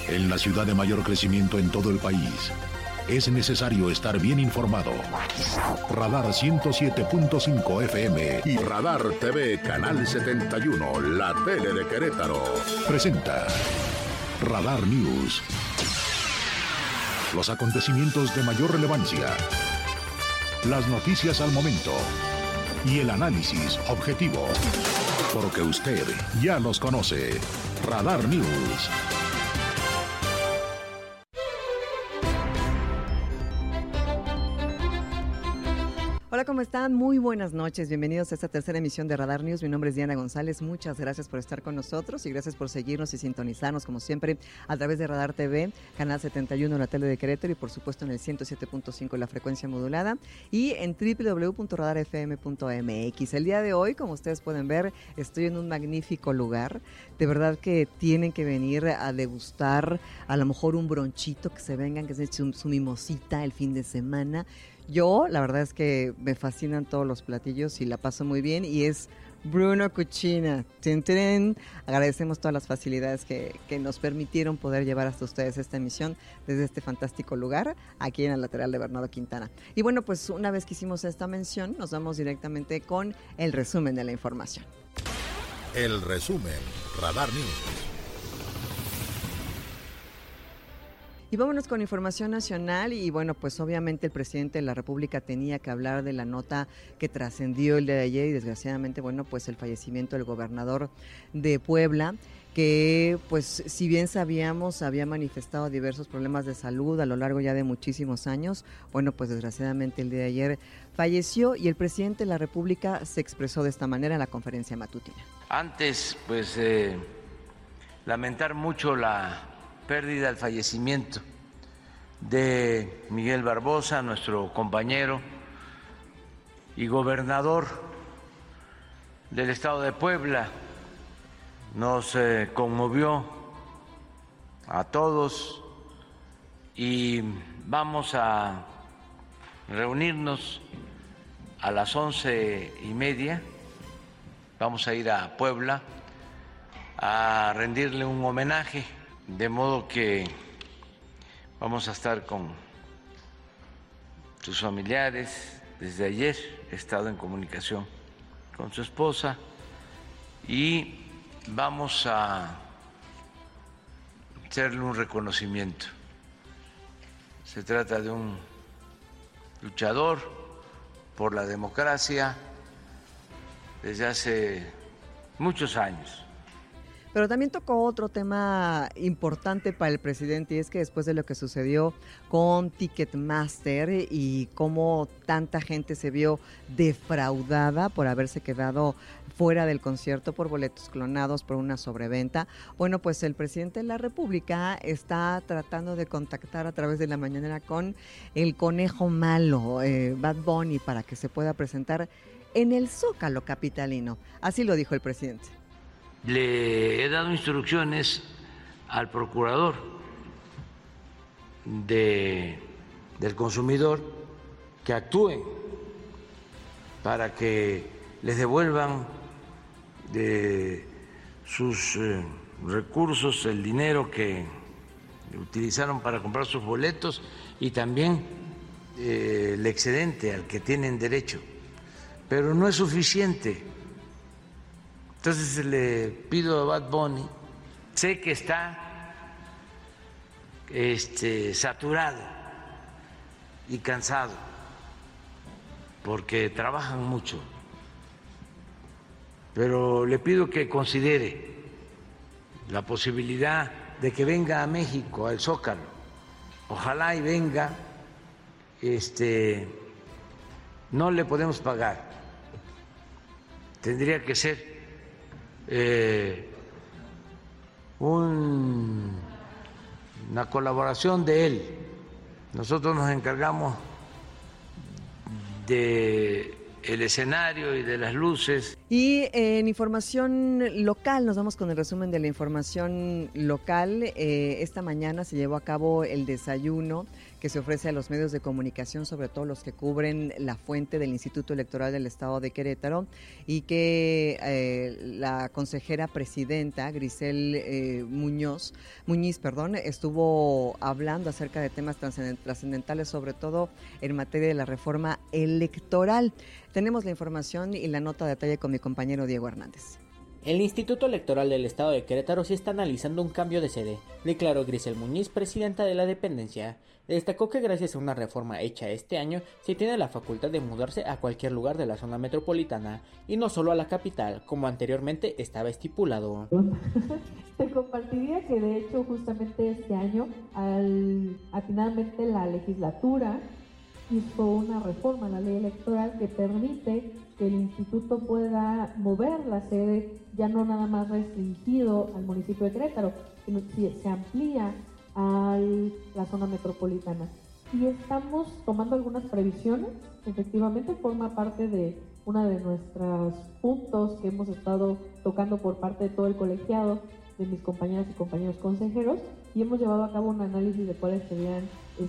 En la ciudad de mayor crecimiento en todo el país, es necesario estar bien informado. Radar 107.5 FM y Radar TV Canal 71, la tele de Querétaro, presenta Radar News. Los acontecimientos de mayor relevancia, las noticias al momento y el análisis objetivo. Porque usted ya los conoce. Radar News. Hola, ¿cómo están? Muy buenas noches. Bienvenidos a esta tercera emisión de Radar News. Mi nombre es Diana González. Muchas gracias por estar con nosotros y gracias por seguirnos y sintonizarnos, como siempre, a través de Radar TV, Canal 71 en la tele de Querétaro y, por supuesto, en el 107.5 en la frecuencia modulada y en www.radarfm.mx. El día de hoy, como ustedes pueden ver, estoy en un magnífico lugar. De verdad que tienen que venir a degustar a lo mejor un bronchito, que se vengan, que se echen su mimosita el fin de semana. Yo, la verdad es que me fascinan todos los platillos y la paso muy bien, y es Bruno Cucina. ¡Tin, tin! Agradecemos todas las facilidades que nos permitieron poder llevar hasta ustedes esta emisión desde este fantástico lugar, aquí en el lateral de Bernardo Quintana. Y bueno, pues una vez que hicimos esta mención, nos vamos directamente con el resumen de la información. El resumen, Radar News. Y vámonos con información nacional y bueno, pues obviamente el presidente de la República tenía que hablar de la nota que trascendió el día de ayer y desgraciadamente, bueno, pues el fallecimiento del gobernador de Puebla, que pues si bien sabíamos había manifestado diversos problemas de salud a lo largo ya de muchísimos años, bueno, pues desgraciadamente el día de ayer falleció y el presidente de la República se expresó de esta manera en la conferencia matutina. Antes, pues lamentar mucho la pérdida, el fallecimiento de Miguel Barbosa, nuestro compañero y gobernador del estado de Puebla. Nos conmovió a todos y vamos a reunirnos a las 11:30. Vamos a ir a Puebla a rendirle un homenaje. De modo que vamos a estar con sus familiares. Desde ayer he estado en comunicación con su esposa y vamos a hacerle un reconocimiento. Se trata de un luchador por la democracia desde hace muchos años. Pero también tocó otro tema importante para el presidente, y es que después de lo que sucedió con Ticketmaster y cómo tanta gente se vio defraudada por haberse quedado fuera del concierto por boletos clonados, por una sobreventa, bueno, pues el presidente de la República está tratando de contactar a través de la mañanera con el conejo malo, Bad Bunny, para que se pueda presentar en el Zócalo capitalino. Así lo dijo el presidente. Le he dado instrucciones al procurador del consumidor que actúen para que les devuelvan de sus recursos el dinero que utilizaron para comprar sus boletos y también el excedente al que tienen derecho. Pero no es suficiente. Entonces le pido a Bad Bunny, sé que está saturado y cansado porque trabajan mucho, pero le pido que considere la posibilidad de que venga a México, al Zócalo. Ojalá y venga, no le podemos pagar, tendría que ser una colaboración de él. Nosotros nos encargamos de el escenario y de las luces. Y en información local, nos vamos con el resumen de la información local. Esta mañana se llevó a cabo el desayuno que se ofrece a los medios de comunicación, sobre todo los que cubren la fuente del Instituto Electoral del Estado de Querétaro, y que la consejera presidenta, Grisel Muñiz, estuvo hablando acerca de temas trascendentales, sobre todo en materia de la reforma electoral. Tenemos la información y la nota de detalle con mi compañero Diego Hernández. El Instituto Electoral del Estado de Querétaro sí está analizando un cambio de sede, declaró Grisel Muñiz, presidenta de la dependencia. Destacó que gracias a una reforma hecha este año, se tiene la facultad de mudarse a cualquier lugar de la zona metropolitana, y no solo a la capital, como anteriormente estaba estipulado. Te compartiría que de hecho justamente este año, finalmente la legislatura hizo una reforma a la ley electoral que permite que el instituto pueda mover la sede, ya no nada más restringido al municipio de Querétaro, sino que se amplía a la zona metropolitana. Y estamos tomando algunas previsiones, efectivamente forma parte de uno de nuestros puntos que hemos estado tocando por parte de todo el colegiado, de mis compañeras y compañeros consejeros, y hemos llevado a cabo un análisis de cuáles serían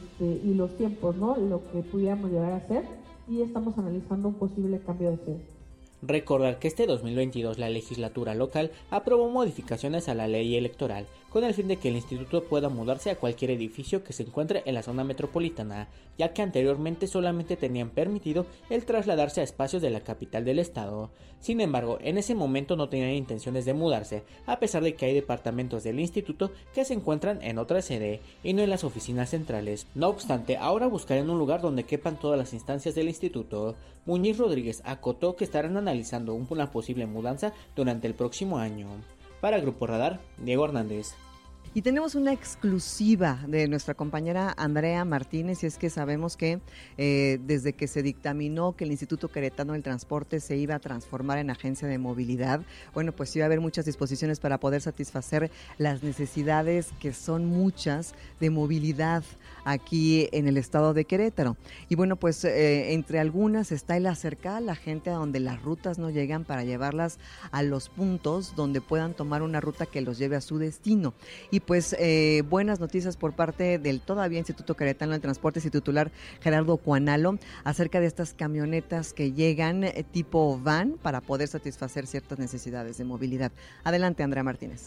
y los tiempos, ¿no? Lo que pudiéramos llegar a hacer, y estamos analizando un posible cambio de sede. Recordar que este 2022 la legislatura local aprobó modificaciones a la ley electoral con el fin de que el instituto pueda mudarse a cualquier edificio que se encuentre en la zona metropolitana, ya que anteriormente solamente tenían permitido el trasladarse a espacios de la capital del estado. Sin embargo, en ese momento no tenían intenciones de mudarse, a pesar de que hay departamentos del instituto que se encuentran en otra sede y no en las oficinas centrales. No obstante, ahora buscarán un lugar donde quepan todas las instancias del instituto. Muñiz Rodríguez acotó que estarán analizando una posible mudanza durante el próximo año. Para Grupo Radar, Diego Hernández. Y tenemos una exclusiva de nuestra compañera Andrea Martínez, y es que sabemos que desde que se dictaminó que el Instituto Queretano del Transporte se iba a transformar en agencia de movilidad, bueno, pues iba a haber muchas disposiciones para poder satisfacer las necesidades, que son muchas, de movilidad aquí en el estado de Querétaro. Y bueno, pues entre algunas está el acercar a la gente a donde las rutas no llegan, para llevarlas a los puntos donde puedan tomar una ruta que los lleve a su destino. Y pues buenas noticias por parte del todavía Instituto Queretano del Transporte y titular Gerardo Cuanalo acerca de estas camionetas que llegan tipo van para poder satisfacer ciertas necesidades de movilidad. Adelante, Andrea Martínez.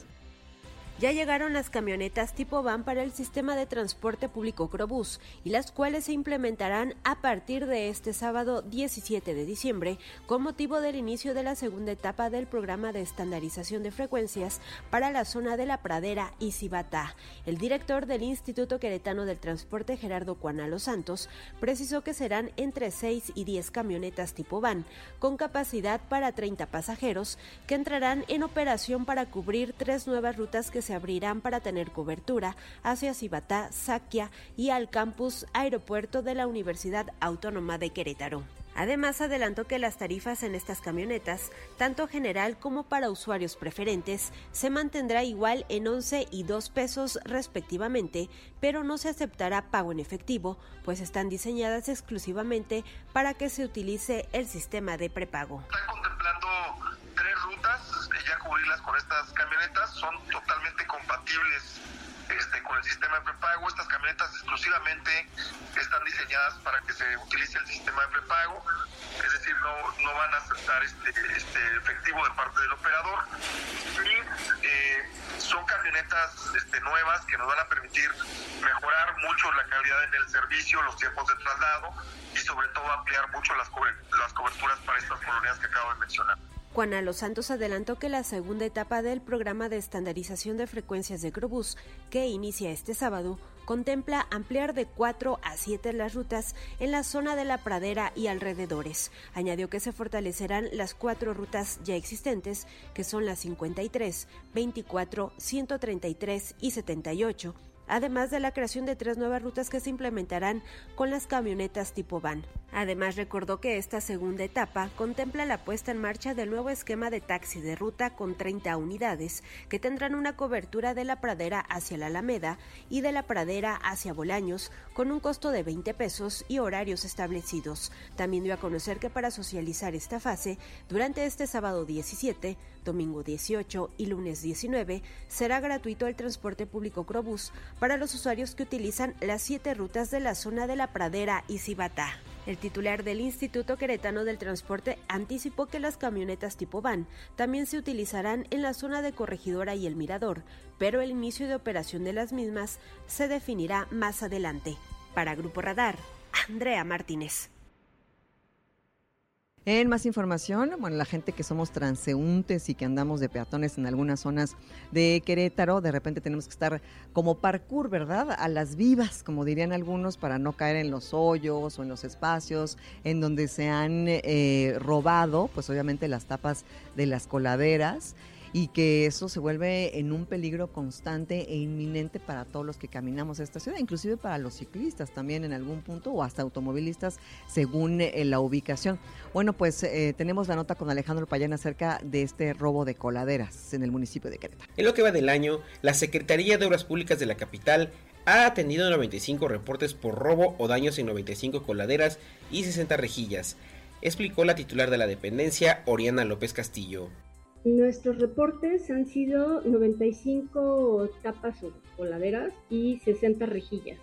Ya llegaron las camionetas tipo van para el sistema de transporte público Crobús, y las cuales se implementarán a partir de este sábado 17 de diciembre con motivo del inicio de la segunda etapa del programa de estandarización de frecuencias para la zona de La Pradera y Cibatá. El director del Instituto Queretano del Transporte, Gerardo Cuanalo Santos, precisó que serán entre 6 y 10 camionetas tipo van con capacidad para 30 pasajeros que entrarán en operación para cubrir 3 nuevas rutas que se abrirán para tener cobertura hacia Cibatá, Saquia y al campus aeropuerto de la Universidad Autónoma de Querétaro. Además, adelantó que las tarifas en estas camionetas, tanto general como para usuarios preferentes, se mantendrá igual en 11 y 2 pesos respectivamente, pero no se aceptará pago en efectivo, pues están diseñadas exclusivamente para que se utilice el sistema de prepago. Están contemplando 3 rutas, ya cubrirlas con estas camionetas, son totalmente compatibles con el sistema de prepago. Estas camionetas exclusivamente están diseñadas para que se utilice el sistema de prepago, es decir, no van a aceptar efectivo de parte del operador, y son camionetas nuevas que nos van a permitir mejorar mucho la calidad en el servicio, los tiempos de traslado, y sobre todo ampliar mucho las coberturas para estas colonias que acabo de mencionar. Cuanalo Santos adelantó que la segunda etapa del programa de estandarización de frecuencias de Crobús, que inicia este sábado, contempla ampliar de 4 a 7 las rutas en la zona de La Pradera y alrededores. Añadió que se fortalecerán las 4 rutas ya existentes, que son las 53, 24, 133 y 78, además de la creación de 3 nuevas rutas que se implementarán con las camionetas tipo van. Además, recordó que esta segunda etapa contempla la puesta en marcha del nuevo esquema de taxi de ruta con 30 unidades que tendrán una cobertura de La Pradera hacia la Alameda y de La Pradera hacia Bolaños con un costo de 20 pesos y horarios establecidos. También dio a conocer que para socializar esta fase, durante este sábado 17, domingo 18 y lunes 19, será gratuito el transporte público Crobús para los usuarios que utilizan las 7 rutas de la zona de La Pradera y Cibatá. El titular del Instituto Queretano del Transporte anticipó que las camionetas tipo van también se utilizarán en la zona de Corregidora y El Mirador, pero el inicio de operación de las mismas se definirá más adelante. Para Grupo Radar, Andrea Martínez. En más información, bueno, la gente que somos transeúntes y que andamos de peatones en algunas zonas de Querétaro, de repente tenemos que estar como parkour, ¿verdad? A las vivas, como dirían algunos, para no caer en los hoyos o en los espacios en donde se han robado, pues obviamente las tapas de las coladeras, y que eso se vuelve en un peligro constante e inminente para todos los que caminamos esta ciudad, inclusive para los ciclistas también en algún punto, o hasta automovilistas según la ubicación. Bueno, pues tenemos la nota con Alejandro Payán acerca de este robo de coladeras en el municipio de Querétaro. En lo que va del año, la Secretaría de Obras Públicas de la capital ha atendido 95 reportes por robo o daños en 95 coladeras y 60 rejillas, explicó la titular de la dependencia, Oriana López Castillo. Nuestros reportes han sido 95 tapas o coladeras y 60 rejillas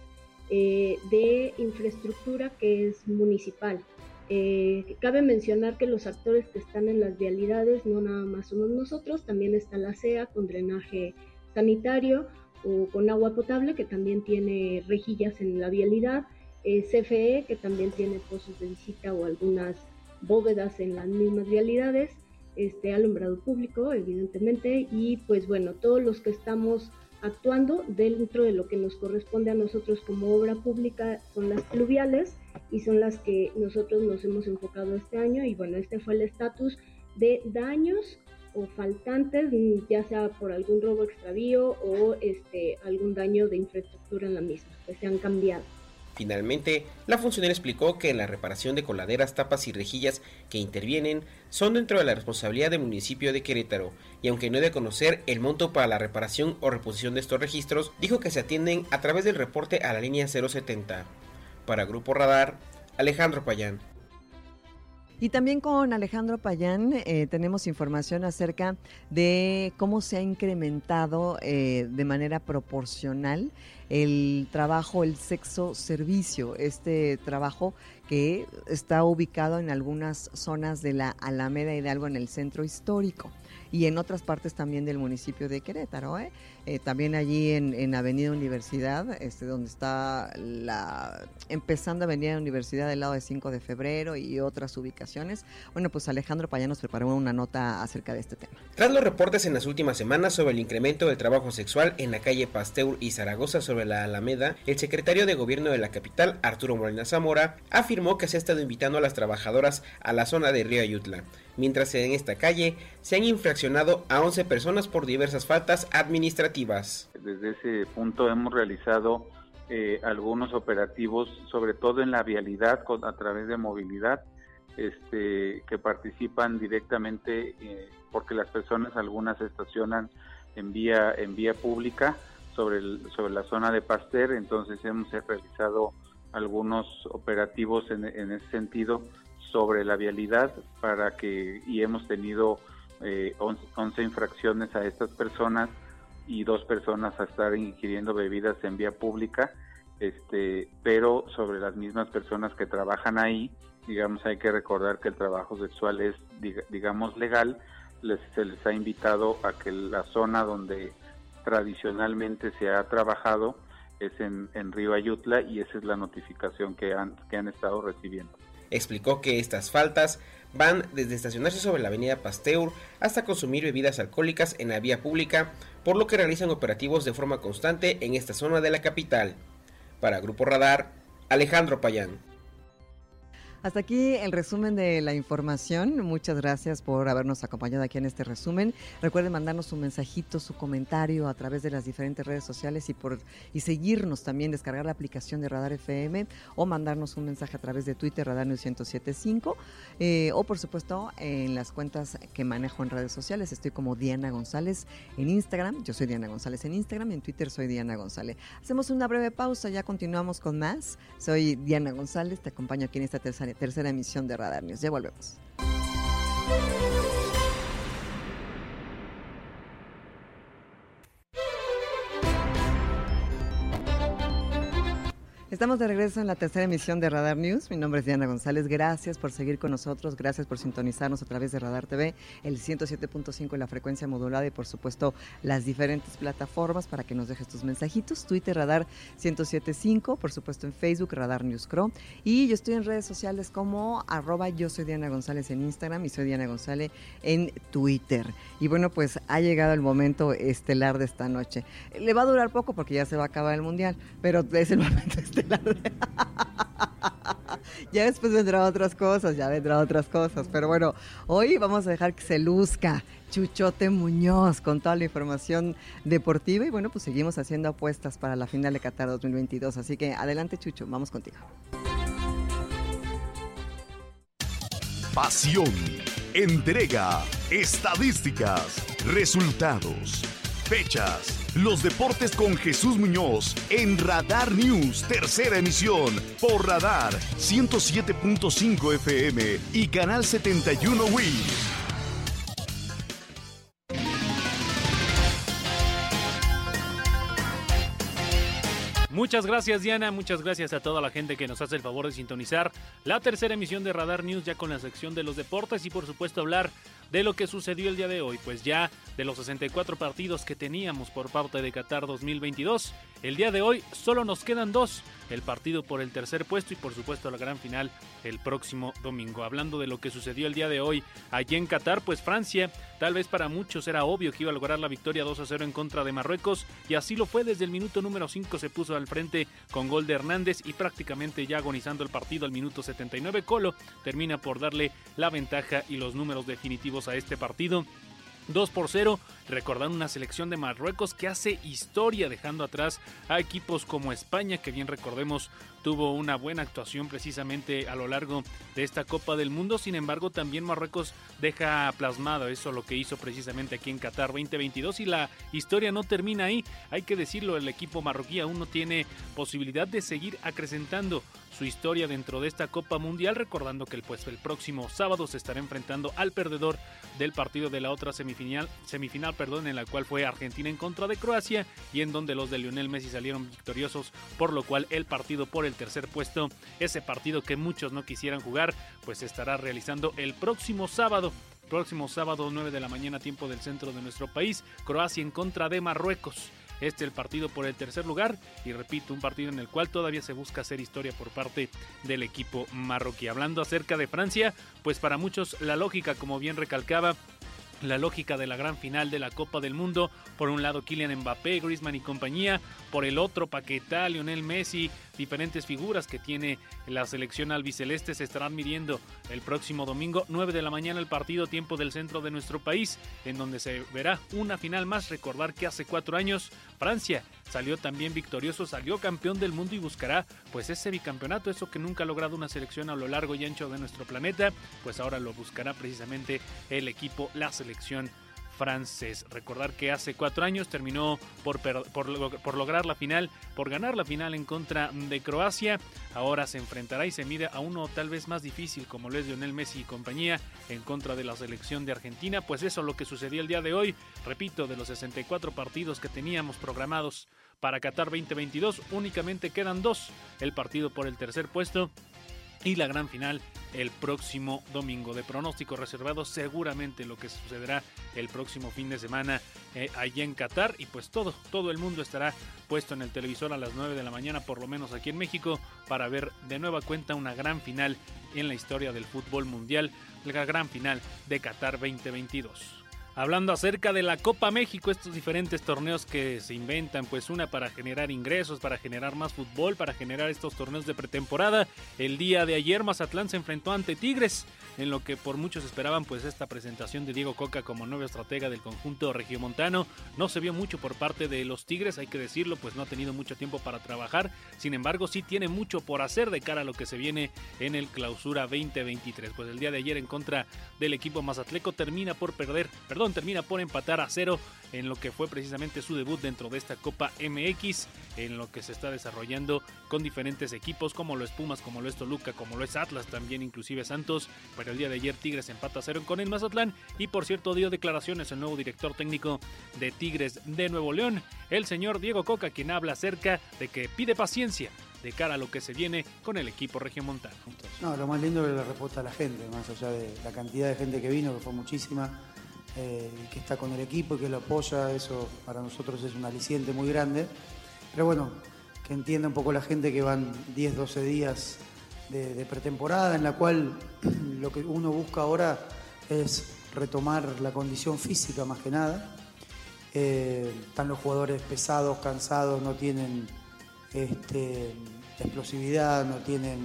de infraestructura que es municipal. Cabe mencionar que los actores que están en las vialidades no nada más somos nosotros, también está la CEA con drenaje sanitario o con agua potable, que también tiene rejillas en la vialidad, CFE, que también tiene pozos de visita o algunas bóvedas en las mismas vialidades, alumbrado público, evidentemente, y pues bueno, todos los que estamos actuando dentro de lo que nos corresponde a nosotros como obra pública son las pluviales y son las que nosotros nos hemos enfocado este año, y bueno, este fue el estatus de daños o faltantes, ya sea por algún robo, extravío o algún daño de infraestructura en la misma, que se han cambiado. Finalmente, la funcionaria explicó que en la reparación de coladeras, tapas y rejillas que intervienen son dentro de la responsabilidad del municipio de Querétaro, y aunque no he de conocer el monto para la reparación o reposición de estos registros, dijo que se atienden a través del reporte a la línea 070. Para Grupo Radar, Alejandro Payán. Y también con Alejandro Payán tenemos información acerca de cómo se ha incrementado de manera proporcional el trabajo, el sexo servicio, este trabajo que está ubicado en algunas zonas de la Alameda Hidalgo en el centro histórico y en otras partes también del municipio de Querétaro, también allí en Avenida Universidad, donde está empezando Avenida Universidad del lado de 5 de febrero y otras ubicaciones. Bueno, pues Alejandro Payán nos preparó una nota acerca de este tema. Tras los reportes en las últimas semanas sobre el incremento del trabajo sexual en la calle Pasteur y Zaragoza sobre la Alameda, el secretario de Gobierno de la capital, Arturo Molina Zamora, afirmó que se ha estado invitando a las trabajadoras a la zona de Río Ayutla, mientras en esta calle se han infraccionado a 11 personas por diversas faltas administrativas. Desde ese punto hemos realizado algunos operativos, sobre todo en la vialidad, a través de movilidad, que participan directamente, porque las personas, algunas se estacionan en vía pública sobre la zona de Pasteur. Entonces hemos realizado algunos operativos en ese sentido sobre la vialidad y hemos tenido 11 infracciones a estas personas y 2 personas a estar ingiriendo bebidas en vía pública, pero sobre las mismas personas que trabajan ahí. Digamos, hay que recordar que el trabajo sexual es, digamos, legal. Se les ha invitado a que la zona donde tradicionalmente se ha trabajado es en Río Ayutla, y esa es la notificación que han estado recibiendo. Explicó que estas faltas van desde estacionarse sobre la avenida Pasteur hasta consumir bebidas alcohólicas en la vía pública, por lo que realizan operativos de forma constante en esta zona de la capital. Para Grupo Radar, Alejandro Payán. Hasta aquí el resumen de la información. Muchas gracias por habernos acompañado aquí en este resumen. Recuerden mandarnos un mensajito, su comentario a través de las diferentes redes sociales y seguirnos también, descargar la aplicación de Radar FM o mandarnos un mensaje a través de Twitter, Radar News 107.5, o por supuesto en las cuentas que manejo en redes sociales. Estoy como Diana González en Instagram. Yo soy Diana González en Instagram y en Twitter soy Diana González. Hacemos una breve pausa, ya continuamos con más. Soy Diana González, te acompaño aquí en esta tercera emisión de Radar News. Ya volvemos. Estamos de regreso en la tercera emisión de Radar News. Mi nombre es Diana González. Gracias por seguir con nosotros. Gracias por sintonizarnos a través de Radar TV, el 107.5 en la frecuencia modulada y, por supuesto, las diferentes plataformas para que nos dejes tus mensajitos. Twitter, Radar 107.5. Por supuesto, en Facebook, Radar News Cro. Y yo estoy en redes sociales como @yo soy Diana González en Instagram y soy Diana González en Twitter. Y bueno, pues ha llegado el momento estelar de esta noche. Le va a durar poco porque ya se va a acabar el Mundial, pero es el momento estelar. Ya después vendrán otras cosas, pero bueno, hoy vamos a dejar que se luzca Chuchote Muñoz con toda la información deportiva y bueno, pues seguimos haciendo apuestas para la final de Qatar 2022, así que adelante Chucho, vamos contigo. Pasión, entrega, estadísticas, resultados, fechas. Los deportes con Jesús Muñoz en Radar News, tercera emisión, por Radar 107.5 FM y Canal 71 Wii. Muchas gracias, Diana, muchas gracias a toda la gente que nos hace el favor de sintonizar la tercera emisión de Radar News, ya con la sección de los deportes y por supuesto hablar de lo que sucedió el día de hoy, pues ya de los 64 partidos que teníamos por parte de Qatar 2022, el día de hoy solo nos quedan 2, el partido por el tercer puesto y por supuesto la gran final el próximo domingo. Hablando de lo que sucedió el día de hoy allí en Qatar, pues Francia, tal vez para muchos era obvio que iba a lograr la victoria 2-0 en contra de Marruecos y así lo fue. Desde el minuto número 5 se puso al frente con gol de Hernández y prácticamente ya agonizando el partido al minuto 79, Colo termina por darle la ventaja y los números definitivos a este partido. 2-0, recordando una selección de Marruecos que hace historia dejando atrás a equipos como España, que bien recordemos tuvo una buena actuación precisamente a lo largo de esta Copa del Mundo. Sin embargo, también Marruecos deja plasmado eso, lo que hizo precisamente aquí en Qatar 2022 y la historia no termina ahí. Hay que decirlo, el equipo marroquí aún no tiene posibilidad de seguir acrecentando su historia dentro de esta Copa Mundial, recordando que el próximo sábado se estará enfrentando al perdedor del partido de la otra semifinal, en la cual fue Argentina en contra de Croacia y en donde los de Lionel Messi salieron victoriosos, por lo cual el partido por el tercer puesto, ese partido que muchos no quisieran jugar, pues se estará realizando el próximo sábado 9 de la mañana, tiempo del centro de nuestro país, Croacia en contra de Marruecos. Este es el partido por el tercer lugar y repito, un partido en el cual todavía se busca hacer historia por parte del equipo marroquí. Hablando acerca de Francia, pues para muchos la lógica, como bien recalcaba, la lógica de la gran final de la Copa del Mundo, por un lado Kylian Mbappé, Griezmann y compañía, por el otro Paquetá, Lionel Messi, diferentes figuras que tiene la selección albiceleste, se estarán midiendo el próximo domingo 9 de la mañana el partido, tiempo del centro de nuestro país, en donde se verá una final más. Recordar que hace 4 años Francia salió también victorioso, salió campeón del mundo y buscará pues ese bicampeonato, eso que nunca ha logrado una selección a lo largo y ancho de nuestro planeta, pues ahora lo buscará precisamente el equipo, la selección francés. Recordar que hace 4 años terminó por lograr la final, por ganar la final en contra de Croacia. Ahora se enfrentará y se mide a uno tal vez más difícil, como lo es Lionel Messi y compañía, en contra de la selección de Argentina. Pues eso es lo que sucedió el día de hoy. Repito, de los 64 partidos que teníamos programados para Qatar 2022, únicamente quedan 2, el partido por el tercer puesto y la gran final el próximo domingo. De pronóstico reservado, seguramente lo que sucederá el próximo fin de semana allá en Qatar, y pues todo el mundo estará puesto en el televisor a las 9 de la mañana, por lo menos aquí en México, para ver de nueva cuenta una gran final en la historia del fútbol mundial, la gran final de Qatar 2022. Hablando acerca de la Copa México, estos diferentes torneos que se inventan, pues una para generar ingresos, para generar más fútbol, para generar estos torneos de pretemporada. El día de ayer Mazatlán se enfrentó ante Tigres, en lo que por muchos esperaban pues esta presentación de Diego Coca como nuevo estratega del conjunto regiomontano. No se vio mucho por parte de los Tigres, hay que decirlo, pues no ha tenido mucho tiempo para trabajar. Sin embargo, sí tiene mucho por hacer de cara a lo que se viene en el Clausura 2023. Pues el día de ayer en contra del equipo mazatleco termina por empatar a 0 en lo que fue precisamente su debut dentro de esta Copa MX, en lo que se está desarrollando con diferentes equipos como lo es Pumas, como lo es Toluca, como lo es Atlas, también inclusive Santos. Pero el día de ayer Tigres empata a 0 con el Mazatlán, y por cierto dio declaraciones el nuevo director técnico de Tigres de Nuevo León, el señor Diego Coca, quien habla acerca de que pide paciencia de cara a lo que se viene con el equipo regiomontano. No, lo más lindo es la respuesta de la gente, más allá de la cantidad de gente que vino, que fue muchísima, que está con el equipo y que lo apoya, eso para nosotros es un aliciente muy grande. Pero bueno, que entienda un poco la gente que van 10, 12 días de pretemporada, en la cual lo que uno busca ahora es retomar la condición física más que nada. Están los jugadores pesados, cansados, no tienen explosividad, no tienen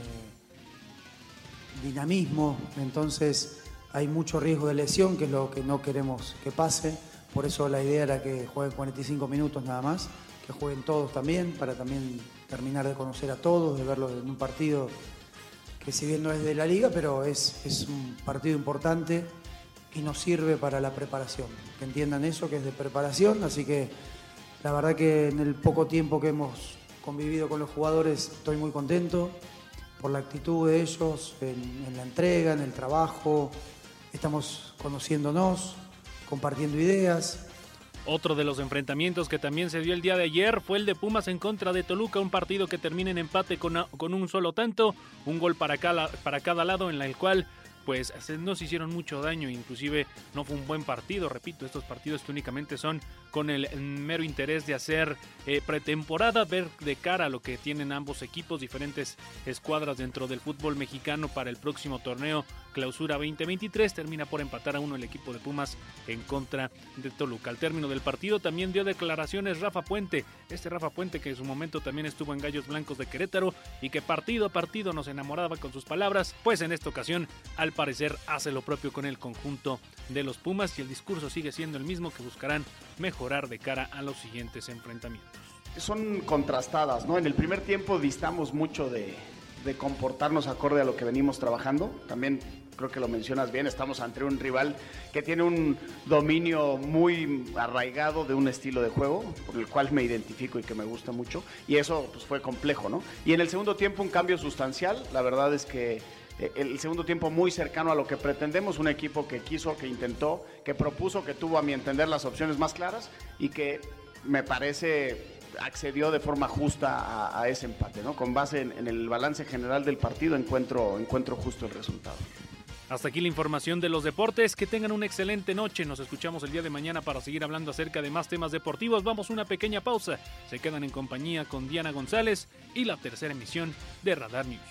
dinamismo, entonces hay mucho riesgo de lesión, que es lo que no queremos que pase. Por eso la idea era que jueguen 45 minutos nada más, que jueguen todos también, para también terminar de conocer a todos, de verlo en un partido que si bien no es de la liga, pero es un partido importante y nos sirve para la preparación. Que entiendan eso, que es de preparación, así que la verdad que en el poco tiempo que hemos convivido con los jugadores estoy muy contento por la actitud de ellos, en la entrega, en el trabajo. Estamos conociéndonos, compartiendo ideas. Otro de los enfrentamientos que también se dio el día de ayer fue el de Pumas en contra de Toluca, un partido que termina en empate con un solo tanto, un gol para cada lado, en el cual pues no se hicieron mucho daño, inclusive no fue un buen partido. Repito, estos partidos que únicamente son con el mero interés de hacer pretemporada, ver de cara a lo que tienen ambos equipos, diferentes escuadras dentro del fútbol mexicano para el próximo torneo Clausura 2023. Termina por empatar a 1 el equipo de Pumas en contra de Toluca. Al término del partido también dio declaraciones Rafa Puente, Rafa Puente que en su momento también estuvo en Gallos Blancos de Querétaro y que partido a partido nos enamoraba con sus palabras, pues en esta ocasión al parecer hace lo propio con el conjunto de los Pumas y el discurso sigue siendo el mismo, que buscarán mejorar de cara a los siguientes enfrentamientos. Son contrastadas, ¿no? En el primer tiempo distamos mucho de comportarnos acorde a lo que venimos trabajando. También creo que lo mencionas bien, estamos ante un rival que tiene un dominio muy arraigado de un estilo de juego, por el cual me identifico y que me gusta mucho, y eso pues fue complejo, ¿no? Y en el segundo tiempo un cambio sustancial, la verdad es que el segundo tiempo muy cercano a lo que pretendemos, un equipo que quiso, que intentó, que propuso, que tuvo a mi entender las opciones más claras y que me parece accedió de forma justa a ese empate, ¿no? Con base en el balance general del partido encuentro justo el resultado. Hasta aquí la información de los deportes. Que tengan una excelente noche. Nos escuchamos el día de mañana para seguir hablando acerca de más temas deportivos. Vamos a una pequeña pausa. Se quedan en compañía con Diana González y la tercera emisión de Radar News.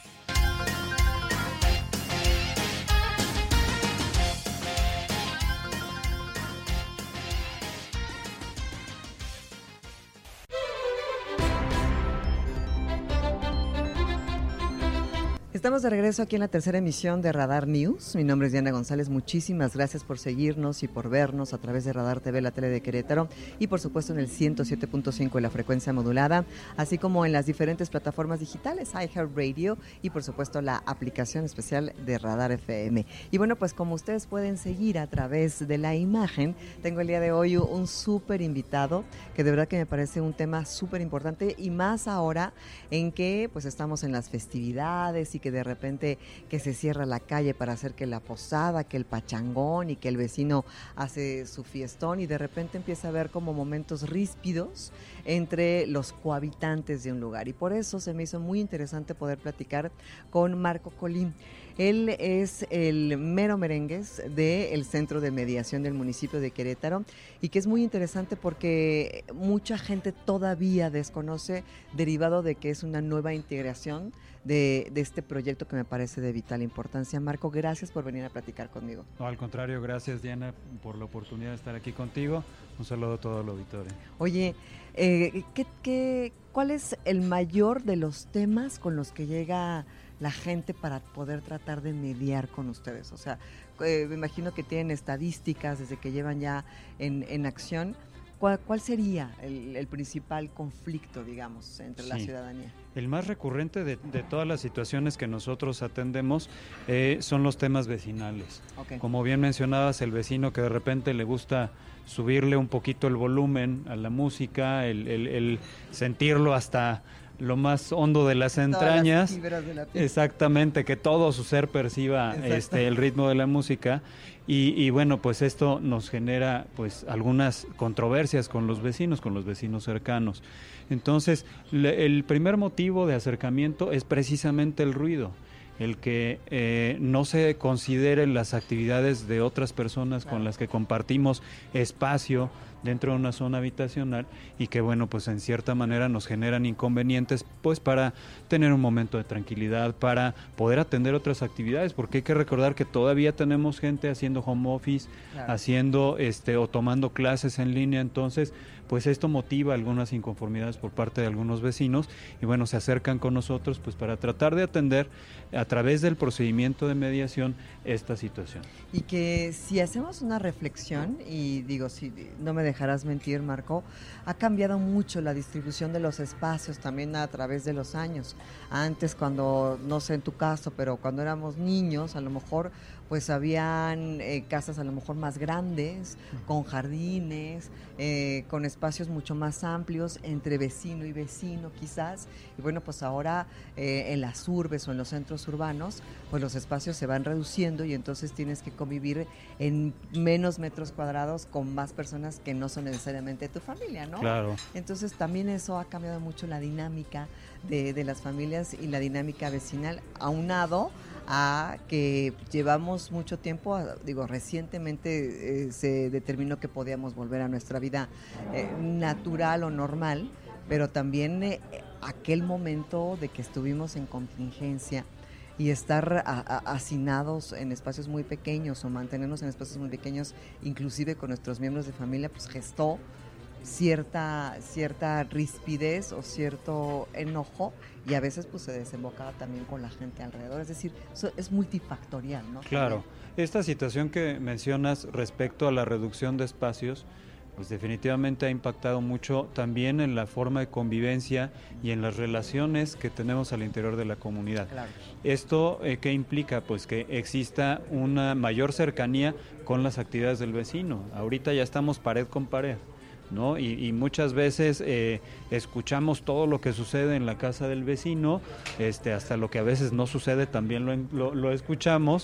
Estamos de regreso aquí en la tercera emisión de Radar News. Mi nombre es Diana González. Muchísimas gracias por seguirnos y por vernos a través de Radar TV, la tele de Querétaro, y por supuesto en el 107.5 de la frecuencia modulada, así como en las diferentes plataformas digitales, iHeartRadio y por supuesto la aplicación especial de Radar FM. Y bueno, pues como ustedes pueden seguir a través de la imagen, tengo el día de hoy un súper invitado que de verdad que me parece un tema súper importante, y más ahora en que pues estamos en las festividades y que de repente que se cierra la calle para hacer que la posada, que el pachangón y que el vecino hace su fiestón, y de repente empieza a haber como momentos ríspidos entre los cohabitantes de un lugar, y por eso se me hizo muy interesante poder platicar con Marco Colín. Él es el mero merengues del Centro de Mediación del municipio de Querétaro, y que es muy interesante porque mucha gente todavía desconoce, derivado de que es una nueva integración de este proyecto que me parece de vital importancia. Marco, gracias por venir a platicar conmigo. No, al contrario, gracias Diana por la oportunidad de estar aquí contigo. Un saludo a todo el auditorio. Oye, ¿cuál es el mayor de los temas con los que llega la gente para poder tratar de mediar con ustedes? O sea, me imagino que tienen estadísticas desde que llevan ya en acción. ¿Cuál sería el principal conflicto, digamos, entre la ciudadanía? El más recurrente de todas las situaciones que nosotros atendemos son los temas vecinales. Okay. Como bien mencionabas, el vecino que de repente le gusta subirle un poquito el volumen a la música, el sentirlo hasta lo más hondo de las entrañas, todas las fibras de la piel. Exactamente, que todo su ser perciba el ritmo de la música. Y bueno, pues esto nos genera pues algunas controversias con los vecinos cercanos. Entonces, el primer motivo de acercamiento es precisamente el ruido, el que no se consideren las actividades de otras personas con las que compartimos espacio dentro de una zona habitacional y que bueno, pues en cierta manera nos generan inconvenientes pues para tener un momento de tranquilidad, para poder atender otras actividades, porque hay que recordar que todavía tenemos gente haciendo home office, haciendo o tomando clases en línea, entonces pues esto motiva algunas inconformidades por parte de algunos vecinos y bueno, se acercan con nosotros pues para tratar de atender a través del procedimiento de mediación esta situación. Y que si hacemos una reflexión, y digo, si no me dejarás mentir, Marco, ha cambiado mucho la distribución de los espacios también a través de los años. Antes, cuando, no sé en tu caso, pero cuando éramos niños, a lo mejor pues habían casas a lo mejor más grandes, con jardines, con espacios mucho más amplios entre vecino y vecino quizás, y bueno, pues ahora en las urbes o en los centros urbanos, pues los espacios se van reduciendo y entonces tienes que convivir en menos metros cuadrados con más personas que no son necesariamente tu familia, ¿no? Claro. Entonces también eso ha cambiado mucho la dinámica de las familias y la dinámica vecinal, aunado a que llevamos mucho tiempo, recientemente se determinó que podíamos volver a nuestra vida natural o normal, pero también aquel momento de que estuvimos en contingencia y estar hacinados en espacios muy pequeños o mantenernos en espacios muy pequeños, inclusive con nuestros miembros de familia, pues gestó cierta rispidez o cierto enojo, y a veces pues se desembocaba también con la gente alrededor, es decir, es multifactorial, ¿no? Claro, esta situación que mencionas respecto a la reducción de espacios, pues definitivamente ha impactado mucho también en la forma de convivencia y en las relaciones que tenemos al interior de la comunidad. Claro. ¿Esto qué implica? Pues que exista una mayor cercanía con las actividades del vecino. Ahorita ya estamos pared con pared, ¿no? Y muchas veces escuchamos todo lo que sucede en la casa del vecino, hasta lo que a veces no sucede también lo escuchamos,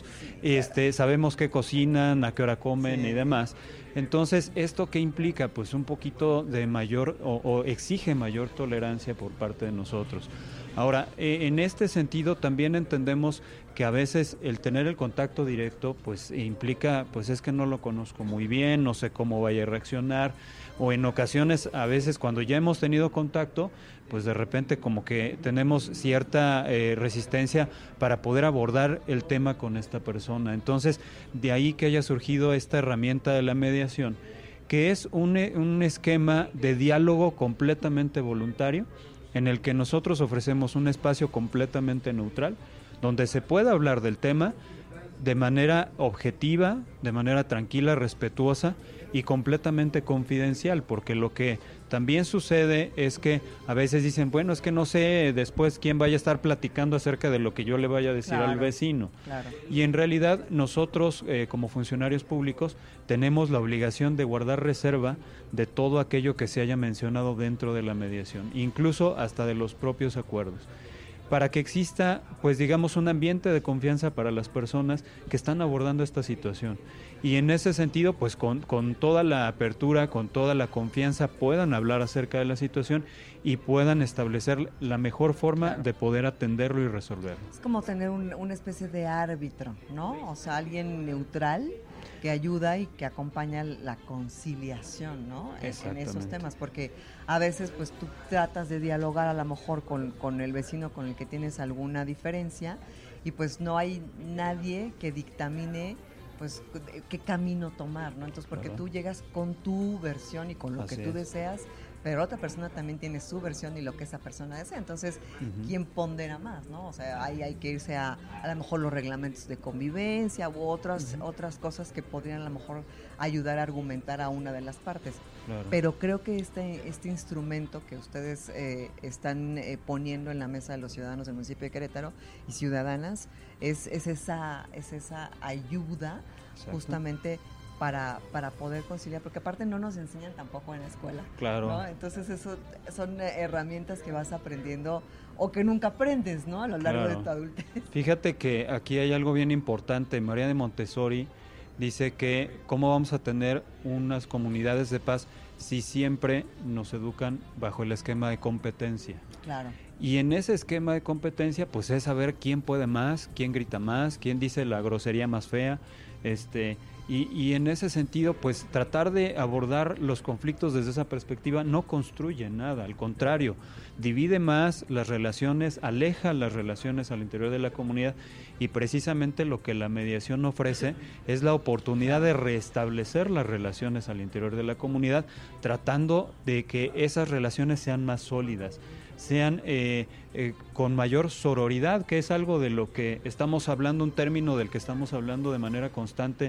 sabemos qué cocinan, a qué hora comen y demás. Entonces, ¿esto qué implica? Pues un poquito de mayor o exige mayor tolerancia por parte de nosotros. Ahora, en este sentido también entendemos que a veces el tener el contacto directo pues implica, pues es que no lo conozco muy bien, no sé cómo vaya a reaccionar, o en ocasiones, a veces cuando ya hemos tenido contacto, pues de repente como que tenemos cierta resistencia para poder abordar el tema con esta persona. Entonces, de ahí que haya surgido esta herramienta de la mediación, que es un esquema de diálogo completamente voluntario, en el que nosotros ofrecemos un espacio completamente neutral, donde se pueda hablar del tema de manera objetiva, de manera tranquila, respetuosa y completamente confidencial, porque lo que también sucede es que a veces dicen, bueno, es que no sé después quién vaya a estar platicando acerca de lo que yo le vaya a decir al vecino. Claro. Y en realidad nosotros como funcionarios públicos tenemos la obligación de guardar reserva de todo aquello que se haya mencionado dentro de la mediación, incluso hasta de los propios acuerdos, para que exista, pues digamos, un ambiente de confianza para las personas que están abordando esta situación. Y en ese sentido, pues con toda la apertura, con toda la confianza, puedan hablar acerca de la situación y puedan establecer la mejor forma de poder atenderlo y resolverlo. Es como tener una especie de árbitro, ¿no? O sea, alguien neutral que ayuda y que acompaña la conciliación, ¿no? En esos temas, porque a veces pues tú tratas de dialogar a lo mejor con el vecino con el que tienes alguna diferencia y pues no hay nadie que dictamine pues qué camino tomar, ¿no? Entonces porque tú llegas con tu versión y con lo que tú deseas, pero otra persona también tiene su versión y lo que esa persona desea. Entonces, ¿quién pondera más, no? O sea, ahí hay que irse a lo mejor los reglamentos de convivencia u otras cosas que podrían a lo mejor ayudar a argumentar a una de las partes. Claro. Pero creo que este instrumento que ustedes están poniendo en la mesa de los ciudadanos del municipio de Querétaro y ciudadanas es esa ayuda. Exacto. Justamente para poder conciliar, porque aparte no nos enseñan tampoco en la escuela. Claro. ¿no? Entonces eso son herramientas que vas aprendiendo o que nunca aprendes, ¿no? A lo largo de tu adultez. Fíjate que aquí hay algo bien importante. María de Montessori dice que cómo vamos a tener unas comunidades de paz si siempre nos educan bajo el esquema de competencia. Claro. Y en ese esquema de competencia, pues es saber quién puede más, quién grita más, quién dice la grosería más fea, y en ese sentido, pues tratar de abordar los conflictos desde esa perspectiva no construye nada, al contrario, divide más las relaciones, aleja las relaciones al interior de la comunidad, y precisamente lo que la mediación ofrece es la oportunidad de restablecer las relaciones al interior de la comunidad, tratando de que esas relaciones sean más sólidas, sean con mayor sororidad, que es algo de lo que estamos hablando, un término del que estamos hablando de manera constante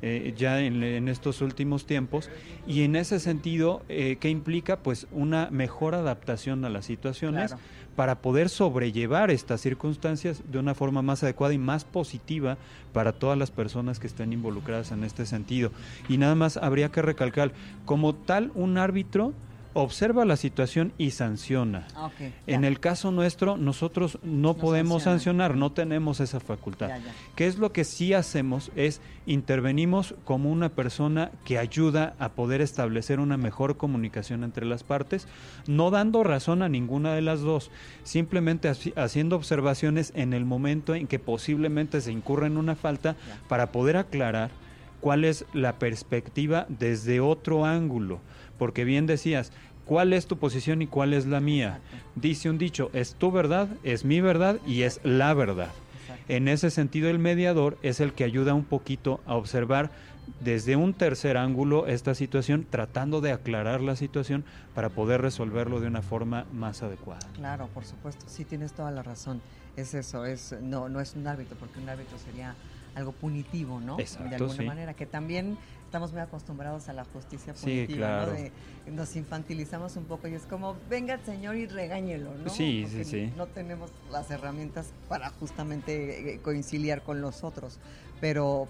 ya en estos últimos tiempos, y en ese sentido, ¿qué implica? Pues una mejor adaptación a las situaciones, claro, para poder sobrellevar estas circunstancias de una forma más adecuada y más positiva para todas las personas que estén involucradas en este sentido. Y nada más habría que recalcar, como tal, un árbitro observa la situación y sanciona. Okay, en el caso nuestro, nosotros no podemos sancionar, no tenemos esa facultad. ¿Qué es lo que sí hacemos? Es intervenimos como una persona que ayuda a poder establecer una mejor comunicación entre las partes, no dando razón a ninguna de las dos, simplemente haciendo observaciones en el momento en que posiblemente se incurra en una falta, para poder aclarar cuál es la perspectiva desde otro ángulo. Porque bien decías, ¿cuál es tu posición y cuál es la mía? Exacto. Dice un dicho, es tu verdad, es mi verdad y es la verdad. Exacto. En ese sentido, el mediador es el que ayuda un poquito a observar desde un tercer ángulo esta situación, tratando de aclarar la situación para poder resolverlo de una forma más adecuada. Claro, por supuesto, sí tienes toda la razón. Es eso, no es un árbitro, porque un árbitro sería algo punitivo, ¿no? Exacto, de alguna manera, que también estamos muy acostumbrados a la justicia punitiva, sí, claro, ¿no? Nos infantilizamos un poco y es como, venga el señor y regáñelo, ¿no? Sí, porque sí. No tenemos las herramientas para justamente conciliar con los otros, pero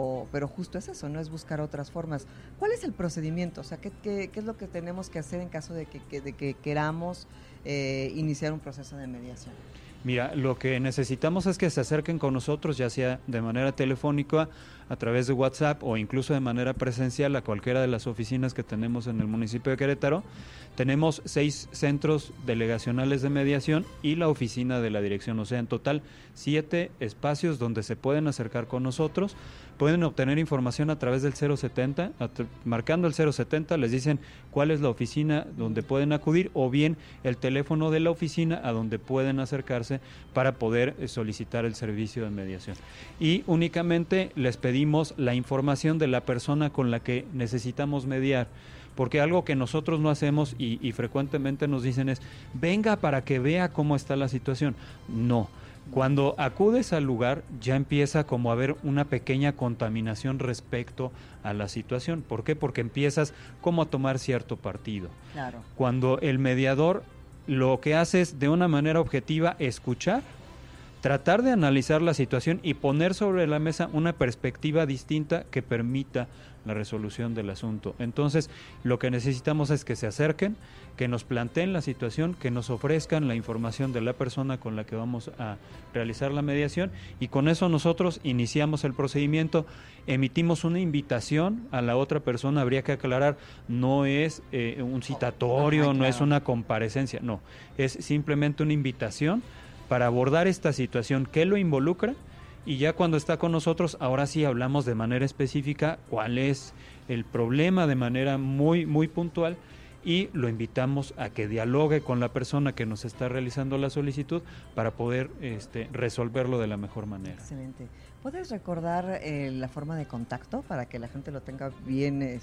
justo es eso, ¿no? Es buscar otras formas. ¿Cuál es el procedimiento? O sea, ¿qué es lo que tenemos que hacer en caso de que queramos iniciar un proceso de mediación? Mira, lo que necesitamos es que se acerquen con nosotros, ya sea de manera telefónica, a través de WhatsApp o incluso de manera presencial a cualquiera de las oficinas que tenemos en el municipio de Querétaro. Tenemos 6 centros delegacionales de mediación y la oficina de la dirección, o sea, en total 7 espacios donde se pueden acercar con nosotros. Pueden obtener información a través del 070, marcando el 070 les dicen cuál es la oficina donde pueden acudir, o bien el teléfono de la oficina a donde pueden acercarse para poder solicitar el servicio de mediación. Y únicamente les pedimos la información de la persona con la que necesitamos mediar, porque algo que nosotros no hacemos y frecuentemente nos dicen es, venga para que vea cómo está la situación. No. Cuando acudes al lugar ya empieza como a haber una pequeña contaminación respecto a la situación. ¿Por qué? Porque empiezas como a tomar cierto partido. Claro. Cuando el mediador lo que hace es de una manera objetiva escuchar, tratar de analizar la situación y poner sobre la mesa una perspectiva distinta que permita la resolución del asunto. Entonces, lo que necesitamos es que se acerquen, que nos planteen la situación, que nos ofrezcan la información de la persona con la que vamos a realizar la mediación, y con eso nosotros iniciamos el procedimiento, emitimos una invitación a la otra persona. Habría que aclarar, no es un citatorio, claro, no es una comparecencia, no, es simplemente una invitación para abordar esta situación que lo involucra, y ya cuando está con nosotros, ahora sí hablamos de manera específica cuál es el problema de manera muy, muy puntual, y lo invitamos a que dialogue con la persona que nos está realizando la solicitud para poder resolverlo de la mejor manera. Excelente. ¿Puedes recordar la forma de contacto para que la gente lo tenga bien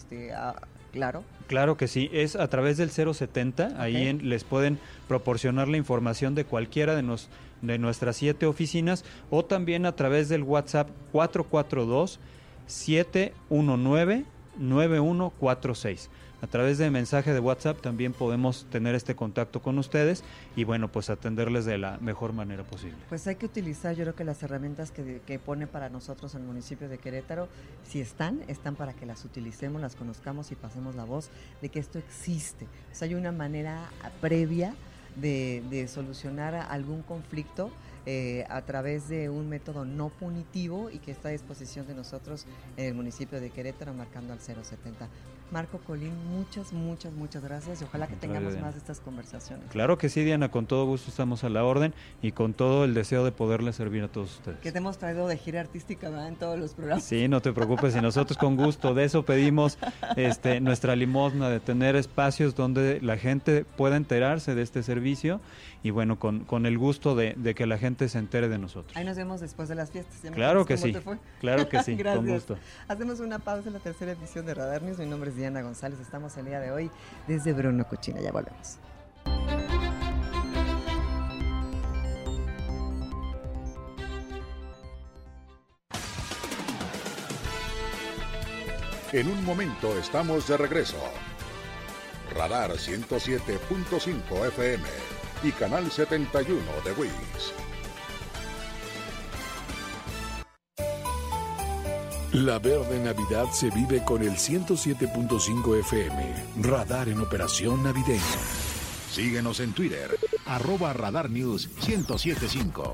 claro? Claro que sí, es a través del 070, okay. Ahí les pueden proporcionar la información de cualquiera de nuestras 7 oficinas, o también a través del WhatsApp 442-719-9146. a través de mensaje de WhatsApp también podemos tener este contacto con ustedes y bueno, pues atenderles de la mejor manera posible. Pues hay que utilizar, yo creo que las herramientas que pone para nosotros el municipio de Querétaro, si están para que las utilicemos, las conozcamos y pasemos la voz de que esto existe. O sea, hay una manera previa de solucionar algún conflicto a través de un método no punitivo y que está a disposición de nosotros en el municipio de Querétaro, marcando al 070. Marco Colín, muchas gracias y ojalá que tengamos más de estas conversaciones. Claro que sí, Diana, con todo gusto estamos a la orden y con todo el deseo de poderles servir a todos ustedes. Que te hemos traído de gira artística, ¿verdad? En todos los programas. Sí, no te preocupes, y nosotros con gusto, de eso pedimos nuestra limosna, de tener espacios donde la gente pueda enterarse de este servicio y bueno, con el gusto de que la gente se entere de nosotros. Ahí nos vemos después de las fiestas. Claro que sí, claro que sí, con gusto. Hacemos una pausa en la tercera edición de Radar News. Mi nombre es Diana González, estamos el día de hoy desde Bruno Cuchina, ya volvemos. En un momento estamos de regreso. Radar 107.5 FM y Canal 71 de WIS. La verde Navidad se vive con el 107.5 FM. Radar en operación navideña. Síguenos en Twitter, @Radar News 107.5.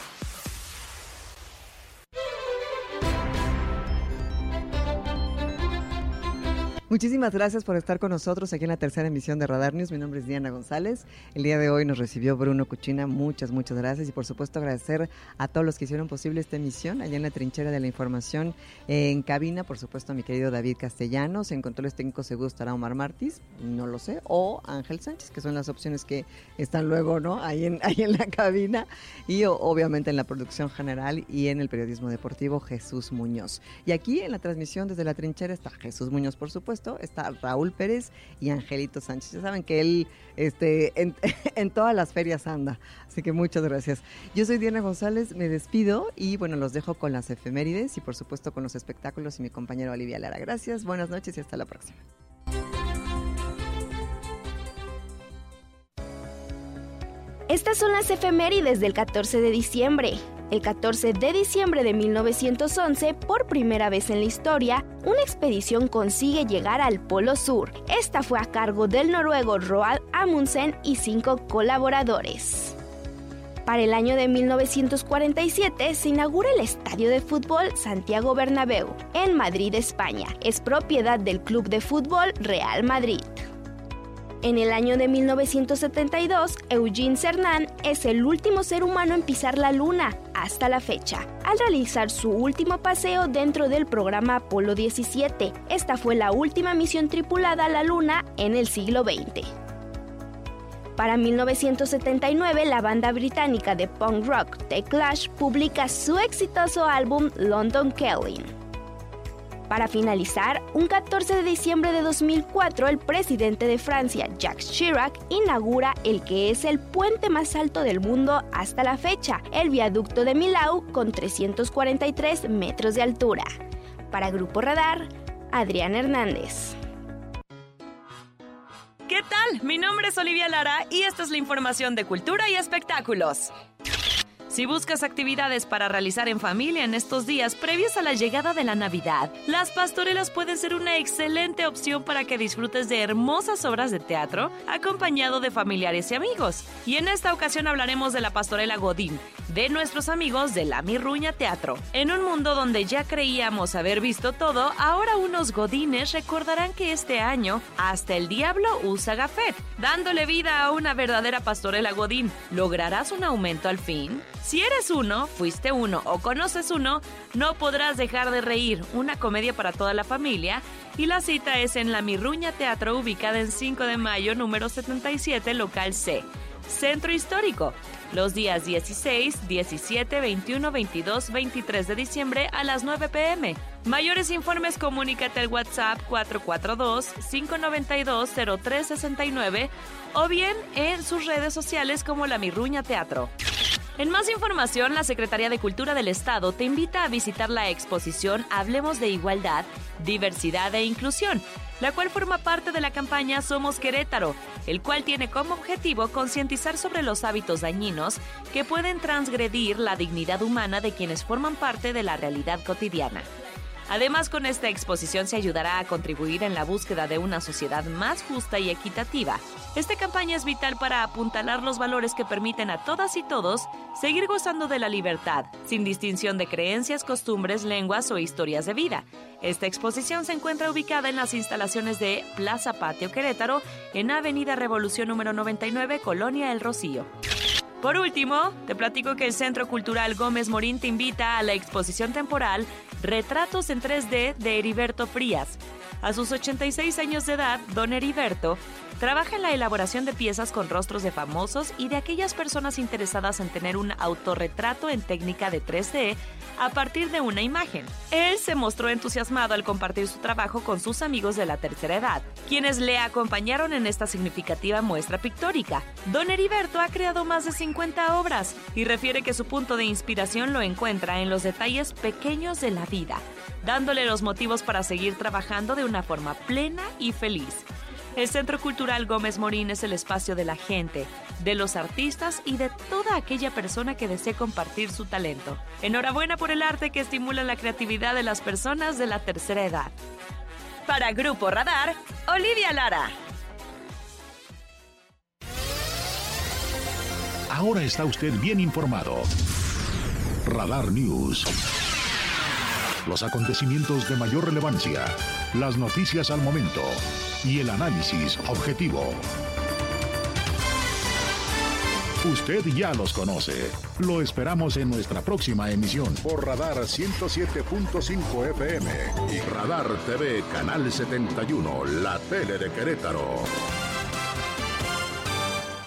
Muchísimas gracias por estar con nosotros aquí en la tercera emisión de Radar News. Mi nombre es Diana González. El día de hoy nos recibió Bruno Cuchina. Muchas gracias y por supuesto agradecer a todos los que hicieron posible esta emisión allá en la trinchera de la información en cabina. Por supuesto a mi querido David Castellanos. En controles técnicos seguro estará Omar Martís, no lo sé, o Ángel Sánchez, que son las opciones que están luego, ¿no? ahí en la cabina. Y obviamente en la producción general y en el periodismo deportivo Jesús Muñoz. Y aquí en la transmisión desde la trinchera está Jesús Muñoz, por supuesto. Está Raúl Pérez y Angelito Sánchez. Ya saben que él en todas las ferias anda. Así que muchas gracias. Yo soy Diana González, me despido y bueno, los dejo con las efemérides y por supuesto con los espectáculos y mi compañero Olivia Lara. Gracias, buenas noches y hasta la próxima. Estas son las efemérides del 14 de diciembre. El 14 de diciembre de 1911, por primera vez en la historia, una expedición consigue llegar al Polo Sur. Esta fue a cargo del noruego Roald Amundsen y 5 colaboradores. Para el año de 1947 se inaugura el estadio de fútbol Santiago Bernabéu, en Madrid, España. Es propiedad del club de fútbol Real Madrid. En el año de 1972, Eugene Cernan es el último ser humano en pisar la Luna hasta la fecha, al realizar su último paseo dentro del programa Apolo 17. Esta fue la última misión tripulada a la Luna en el siglo XX. Para 1979, la banda británica de punk rock The Clash publica su exitoso álbum London Calling. Para finalizar, un 14 de diciembre de 2004, el presidente de Francia, Jacques Chirac, inaugura el que es el puente más alto del mundo hasta la fecha, el viaducto de Millau, con 343 metros de altura. Para Grupo Radar, Adrián Hernández. ¿Qué tal? Mi nombre es Olivia Lara y esta es la información de cultura y espectáculos. Si buscas actividades para realizar en familia en estos días previos a la llegada de la Navidad, las pastorelas pueden ser una excelente opción para que disfrutes de hermosas obras de teatro acompañado de familiares y amigos. Y en esta ocasión hablaremos de la pastorela Godín, de nuestros amigos de La Mirruña Teatro. En un mundo donde ya creíamos haber visto todo, ahora unos godines recordarán que este año hasta el diablo usa gafet, dándole vida a una verdadera pastorela Godín. ¿Lograrás un aumento al fin? Si eres uno, fuiste uno o conoces uno, no podrás dejar de reír. Una comedia para toda la familia y la cita es en La Mirruña Teatro, ubicada en 5 de mayo, número 77, local C, Centro Histórico. Los días 16, 17, 21, 22, 23 de diciembre a las 9 p.m. Mayores informes, comunícate al WhatsApp 442-592-0369 o bien en sus redes sociales como La Mirruña Teatro. En más información, la Secretaría de Cultura del Estado te invita a visitar la exposición Hablemos de Igualdad, Diversidad e Inclusión, la cual forma parte de la campaña Somos Querétaro, el cual tiene como objetivo concientizar sobre los hábitos dañinos que pueden transgredir la dignidad humana de quienes forman parte de la realidad cotidiana. Además, con esta exposición se ayudará a contribuir en la búsqueda de una sociedad más justa y equitativa. Esta campaña es vital para apuntalar los valores que permiten a todas y todos seguir gozando de la libertad, sin distinción de creencias, costumbres, lenguas o historias de vida. Esta exposición se encuentra ubicada en las instalaciones de Plaza Patio Querétaro, en Avenida Revolución número 99, Colonia El Rocío. Por último, te platico que el Centro Cultural Gómez Morín te invita a la exposición temporal Retratos en 3D de Heriberto Frías. A sus 86 años de edad, don Heriberto trabaja en la elaboración de piezas con rostros de famosos y de aquellas personas interesadas en tener un autorretrato en técnica de 3D a partir de una imagen. Él se mostró entusiasmado al compartir su trabajo con sus amigos de la tercera edad, quienes le acompañaron en esta significativa muestra pictórica. Don Heriberto ha creado más de 50 obras y refiere que su punto de inspiración lo encuentra en los detalles pequeños de la vida, dándole los motivos para seguir trabajando de una forma plena y feliz. El Centro Cultural Gómez Morín es el espacio de la gente, de los artistas y de toda aquella persona que desee compartir su talento. Enhorabuena por el arte que estimula la creatividad de las personas de la tercera edad. Para Grupo Radar, Olivia Lara. Ahora está usted bien informado. Radar News. Los acontecimientos de mayor relevancia, las noticias al momento y el análisis objetivo. Usted ya los conoce. Lo esperamos en nuestra próxima emisión por Radar 107.5 FM y Radar TV Canal 71, la tele de Querétaro.